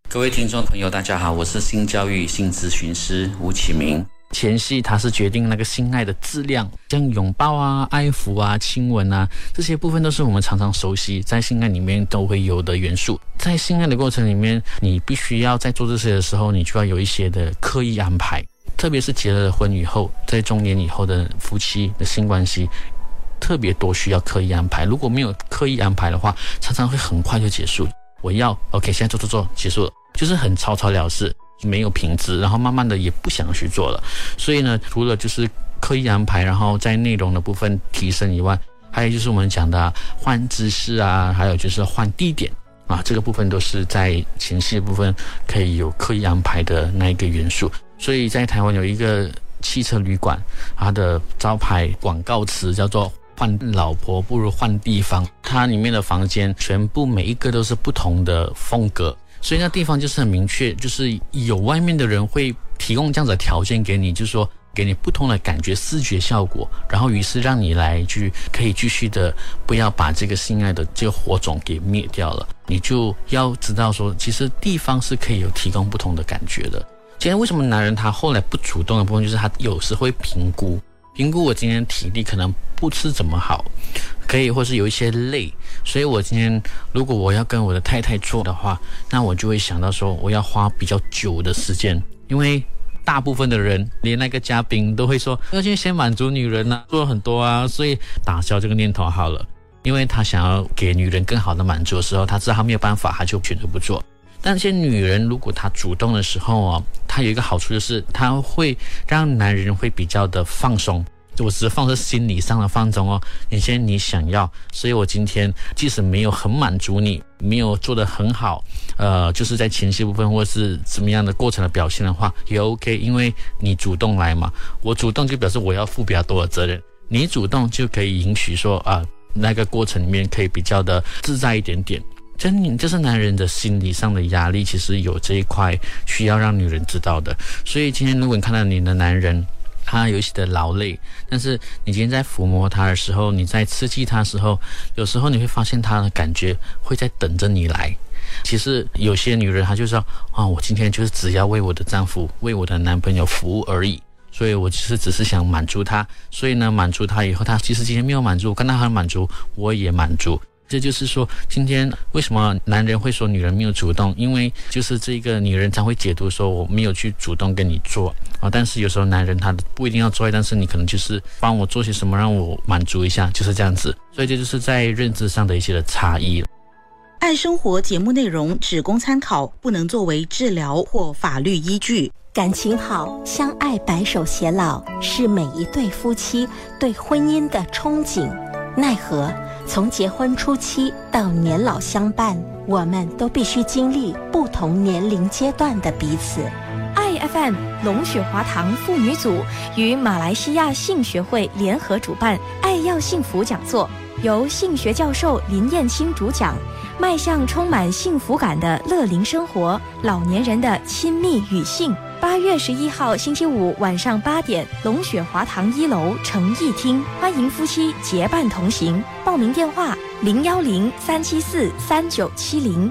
各位听众朋友大家好，我是性教育性咨询师吴启明。前戏它是决定那个性爱的质量，像拥抱啊、爱抚啊、亲吻啊，这些部分都是我们常常熟悉在性爱里面都会有的元素。在性爱的过程里面，你必须要在做这些的时候，你就要有一些的刻意安排，特别是结了婚以后，在中年以后的夫妻的性关系特别多需要刻意安排。如果没有刻意安排的话，常常会很快就结束。我要 OK 现在做结束了，就是很草草了事，没有品质，然后慢慢的也不想去做了。所以呢，除了就是刻意安排，然后在内容的部分提升以外，还有就是我们讲的换姿势啊，还有就是换地点啊，这个部分都是在前戏的部分可以有刻意安排的那一个元素。所以在台湾有一个汽车旅馆，它的招牌广告词叫做换老婆不如换地方，它里面的房间全部每一个都是不同的风格，所以那地方就是很明确，就是有外面的人会提供这样子的条件给你，就是说给你不同的感觉视觉效果，然后于是让你来可以继续的不要把这个性爱的这个火种给灭掉了。你就要知道说，其实地方是可以有提供不同的感觉的。今天为什么男人他后来不主动的部分，就是他有时会评估我今天体力可能不是怎么好，可以或是有一些累，所以我今天如果我要跟我的太太做的话，那我就会想到说我要花比较久的时间，因为大部分的人连那个嘉宾都会说要先满足女人啊，做很多啊，所以打消这个念头好了。因为他想要给女人更好的满足的时候，他知道他没有办法，他就选择不做。但这些女人如果她主动的时候她有一个好处，就是她会让男人会比较的放松。我只是放在心理上的放松你想要，所以我今天即使没有很满足你，没有做得很好，就是在前戏部分或是怎么样的过程的表现的话也 OK， 因为你主动来嘛，我主动就表示我要负比较多的责任，你主动就可以允许说那个过程里面可以比较的自在一点点。这是男人的心理上的压力，其实有这一块需要让女人知道的。所以今天如果你看到你的男人他有一些的劳累，但是你今天在抚摸他的时候，你在刺激他的时候，有时候你会发现他的感觉会在等着你来。其实有些女人她就说我今天就是只要为我的丈夫为我的男朋友服务而已，所以我只是想满足他，所以呢满足他以后，他其实今天没有满足，我看到他满足我也满足。这就是说今天为什么男人会说女人没有主动，因为就是这个女人才会解读说我没有去主动跟你做但是有时候男人他不一定要做，但是你可能就是帮我做些什么让我满足一下，就是这样子。所以这就是在认知上的一些的差异。 爱生活节目内容只供参考，不能作为治疗或法律依据。 感情好，相爱白首偕老，是每一对夫妻对婚姻的憧憬。奈何从结婚初期到年老相伴，我们都必须经历不同年龄阶段的彼此。 爱 FM 龙雪华堂妇女组与马来西亚性学会联合主办爱要幸福讲座，由性学教授林燕青主讲，迈向充满幸福感的乐龄生活，老年人的亲密与性。8月11号星期五晚上8点，龙雪华堂1楼诚意厅，欢迎夫妻结伴同行。报名电话010-374-3970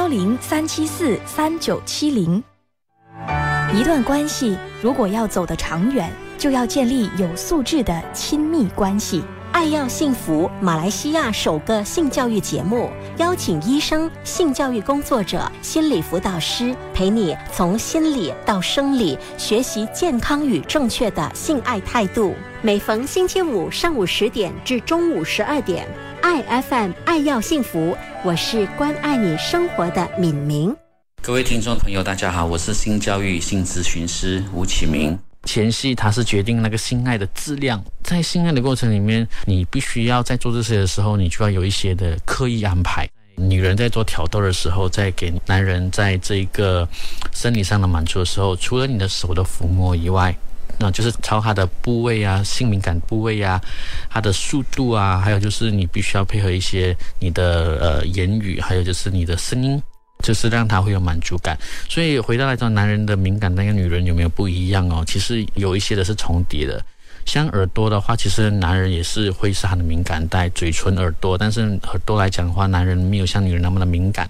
010-374-3970。一段关系如果要走得长远，就要建立有素质的亲密关系。 爱要幸福马来西亚首个性教育节目，邀请医生、性教育工作者、心理辅导师陪你从心理到生理学习健康与正确的性爱态度。每逢星期五上午10点至中午12点，爱 FM 爱要幸福，我是关爱你生活的敏明。 各位听众朋友大家好，我是性教育性咨询师吴启明。前戏它是决定那个性爱的质量，在性爱的过程里面，你必须要在做这些的时候，你就要有一些的刻意安排。女人在做挑逗的时候，在给男人在这个生理上的满足的时候，除了你的手的抚摸以外，那就是朝他的部位啊，性敏感部位啊，他的速度啊，还有就是你必须要配合一些你的言语，还有就是你的声音，就是让他会有满足感。所以回到来说，男人的敏感带跟女人有没有不一样其实有一些的是重叠的。像耳朵的话，其实男人也是会是他的敏感带，嘴唇、耳朵，但是耳朵来讲的话，男人没有像女人那么的敏感。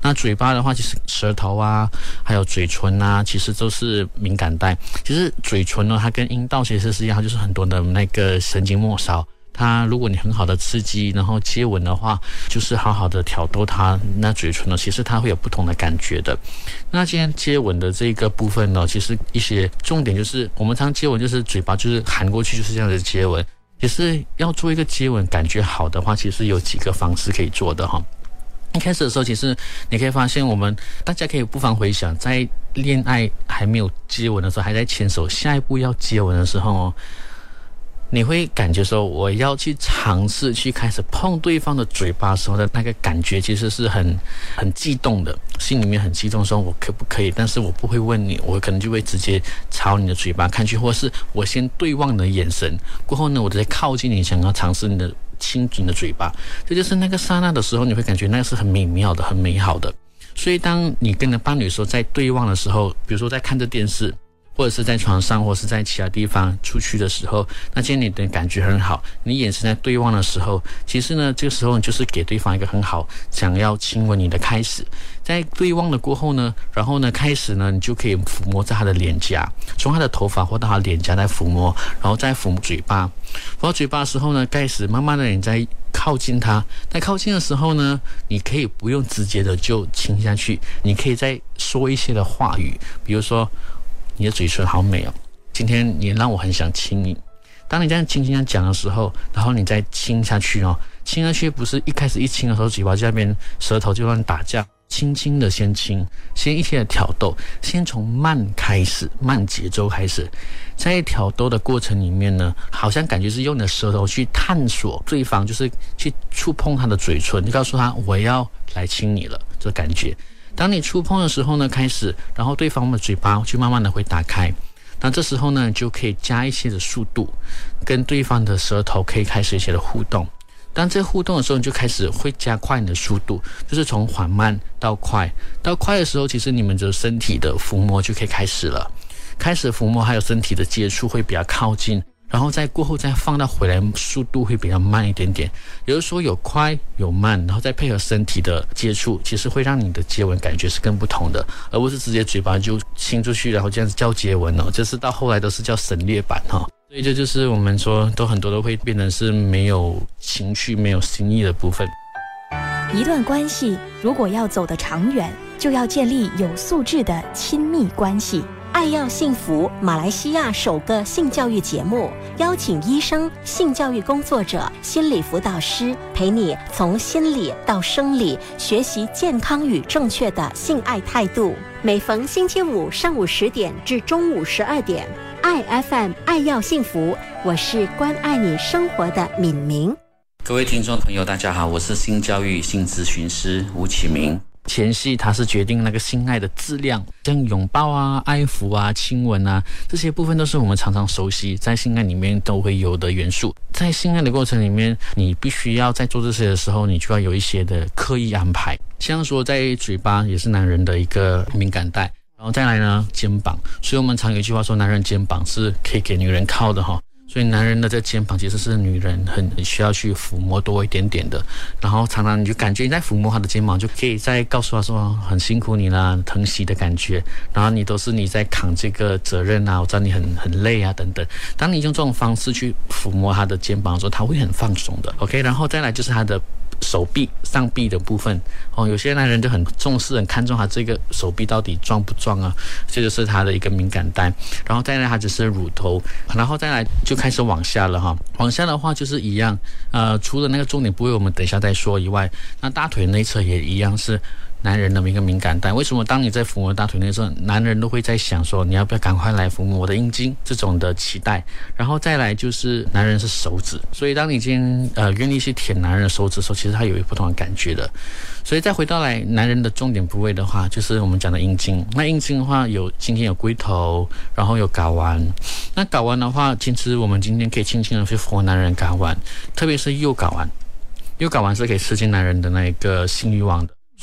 那嘴巴的话，其实舌头啊，还有嘴唇啊，其实都是敏感带。其实嘴唇呢，它跟阴道其实是一样，就是很多的那个神经末梢。它如果你很好的刺激，然后接吻的话，就是好好的挑逗它，那嘴唇呢，其实它会有不同的感觉的。那今天接吻的这个部分呢，其实一些重点就是我们常接吻就是嘴巴就是含过去，就是这样的接吻。其实要做一个接吻感觉好的话，其实有几个方式可以做的哈。一开始的时候，其实你可以发现，大家可以不妨回想，在恋爱还没有接吻的时候，还在牵手，下一步要接吻的时候你会感觉说我要去尝试去开始碰对方的嘴巴时候的那个感觉，其实是很激动的，心里面很激动，说我可不可以？但是我不会问你，我可能就会直接朝你的嘴巴看去，或是我先对望你的眼神，过后呢，我再靠近你，想要尝试你的亲你的嘴巴，这就是那个刹那的时候，你会感觉那个是很美妙的、很美好的。所以当你跟你的伴侣说在对望的时候，比如说在看着电视，或者是在床上，或是在其他地方出去的时候，那今天你的感觉很好，你眼神在对望的时候，其实呢，这个时候你就是给对方一个很好想要亲吻你的开始。在对望了过后呢，然后呢，开始呢，你就可以抚摸在他的脸颊，从他的头发或到他的脸颊再抚摸，然后再抚摸嘴巴。抚摸嘴巴的时候呢，开始慢慢的你再靠近他，在靠近的时候呢，你可以不用直接的就亲下去，你可以再说一些的话语，比如说你的嘴唇好美哦，今天你让我很想亲你。当你这样轻轻地讲的时候，然后你再亲下去哦，亲下去不是一开始一亲的时候嘴巴这边舌头就乱打架，轻轻的先亲，先一些的挑逗，先从慢开始，慢节奏开始，在挑逗的过程里面呢，好像感觉是用你的舌头去探索对方，就是去触碰他的嘴唇，就告诉他我要来亲你了，这感觉。当你触碰的时候呢，开始，然后对方的嘴巴就慢慢的会打开，那这时候呢，你就可以加一些的速度，跟对方的舌头可以开始一些的互动。当这互动的时候，你就开始会加快你的速度，就是从缓慢到快。到快的时候，其实你们的身体的抚摸就可以开始了，开始抚摸还有身体的接触会比较靠近。然后再过后再放到回来，速度会比较慢一点点，也就是说有快有慢，然后再配合身体的接触，其实会让你的接吻感觉是更不同的，而不是直接嘴巴就亲出去，然后这样子叫接吻哦，就是到后来都是叫省略版哈。所以这就是我们说很多都会变成是没有情绪、没有心意的部分。 一段关系如果要走得长远，就要建立有素质的亲密关系。 爱要幸福，马来西亚首个性教育节目，邀请医生、性教育工作者、心理辅导师，陪你从心理到生理，学习健康与正确的性爱态度。每逢星期五上午10点至中午12点，爱 FM 爱要幸福，我是关爱你生活的敏明。 各位听众朋友，大家好，我是性教育性咨询师吴启明。前戏它是决定那个性爱的质量，像拥抱啊、爱抚啊、亲吻啊，这些部分都是我们常常熟悉在性爱里面都会有的元素。在性爱的过程里面，你必须要在做这些的时候，你就要有一些的刻意安排。像说在嘴巴也是男人的一个敏感带，然后再来呢肩膀，所以我们常有一句话说，男人肩膀是可以给女人靠的哈。所以男人的这肩膀其实是女人很需要去抚摸多一点点的，然后常常你就感觉你在抚摸她的肩膀，就可以再告诉她说很辛苦你啦，疼惜的感觉，然后你都是你在扛这个责任啊，我知道你很累啊等等。当你用这种方式去抚摸她的肩膀的时候，她会很放松的 OK。 然后再来就是她的手臂上臂的部分哦，有些男人就很重视很看重他这个手臂到底壮不壮啊，这就是他的一个敏感带。然后再来他只是乳头，然后再来就开始往下了哈。往下的话就是一样除了那个重点部位我们等一下再说以外，那大腿内侧也一样是男人的一个敏感带。为什么当你在抚摸大腿内侧，男人都会在想说你要不要赶快来抚摸我的阴茎，这种的期待。然后再来就是男人是手指，所以当你今天愿意去舔男人的手指的时候，其实他有不同的感觉的。所以再回到来男人的重点部位的话，就是我们讲的阴茎。那阴茎的话今天有龟头，然后有睾丸。那睾丸的话，其实我们今天可以轻轻的去抚摸男人睾丸，特别是右睾丸。右睾丸是可以刺激男人的那个性欲望的。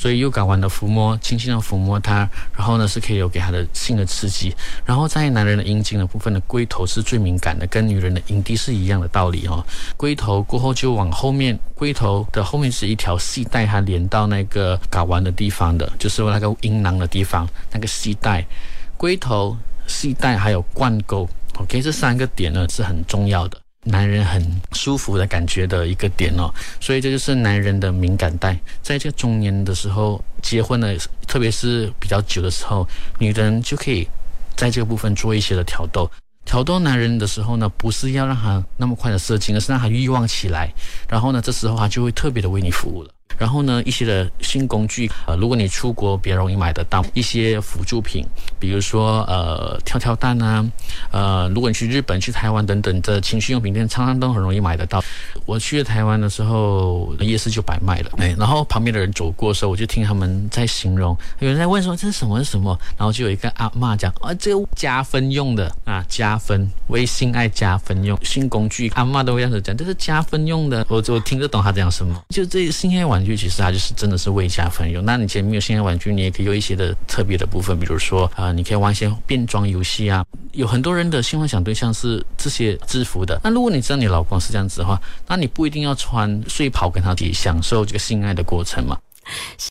所以睾丸的抚摸，轻轻的抚摸它，然后呢是可以有给它的性的刺激。然后在男人的阴茎的部分的龟头是最敏感的，跟女人的阴蒂是一样的道理哦。龟头过后就往后面，龟头的后面是一条系带，它连到那个睾丸的地方的，就是那个阴囊的地方，那个系带，龟头、系带还有灌沟 ，OK， 这3个点呢是很重要的。男人很舒服的感觉的一个点哦，所以这就是男人的敏感带。在这个中年的时候，结婚了，特别是比较久的时候，女人就可以在这个部分做一些的挑逗。挑逗男人的时候呢，不是要让他那么快的射精，而是让他欲望起来。然后呢，这时候他就会特别的为你服务了。然后呢，一些的性工具，如果你出国比较容易买得到一些辅助品，比如说跳跳蛋啊，如果你去日本、去台湾等等的情趣用品店，常常都很容易买得到。我去台湾的时候，夜市就摆卖了，然后旁边的人走过的时候，我就听他们在形容，有人在问说这是什么是什么，然后就有一个阿嬷讲，这个加分用的啊，加分为性爱加分用性工具，阿嬷都会这样子讲，这是加分用的，我听得懂他讲什么。就这性爱玩具其实它就是真的是为加分用。那你前面没有性爱玩具，你也可以有一些的特别的部分，比如说你可以玩一些变装游戏啊。有很多人的性幻想对象是这些制服的。那如果你知道你老公是这样子的话，那你不一定要穿睡袍跟他一起享受这个性爱的过程嘛。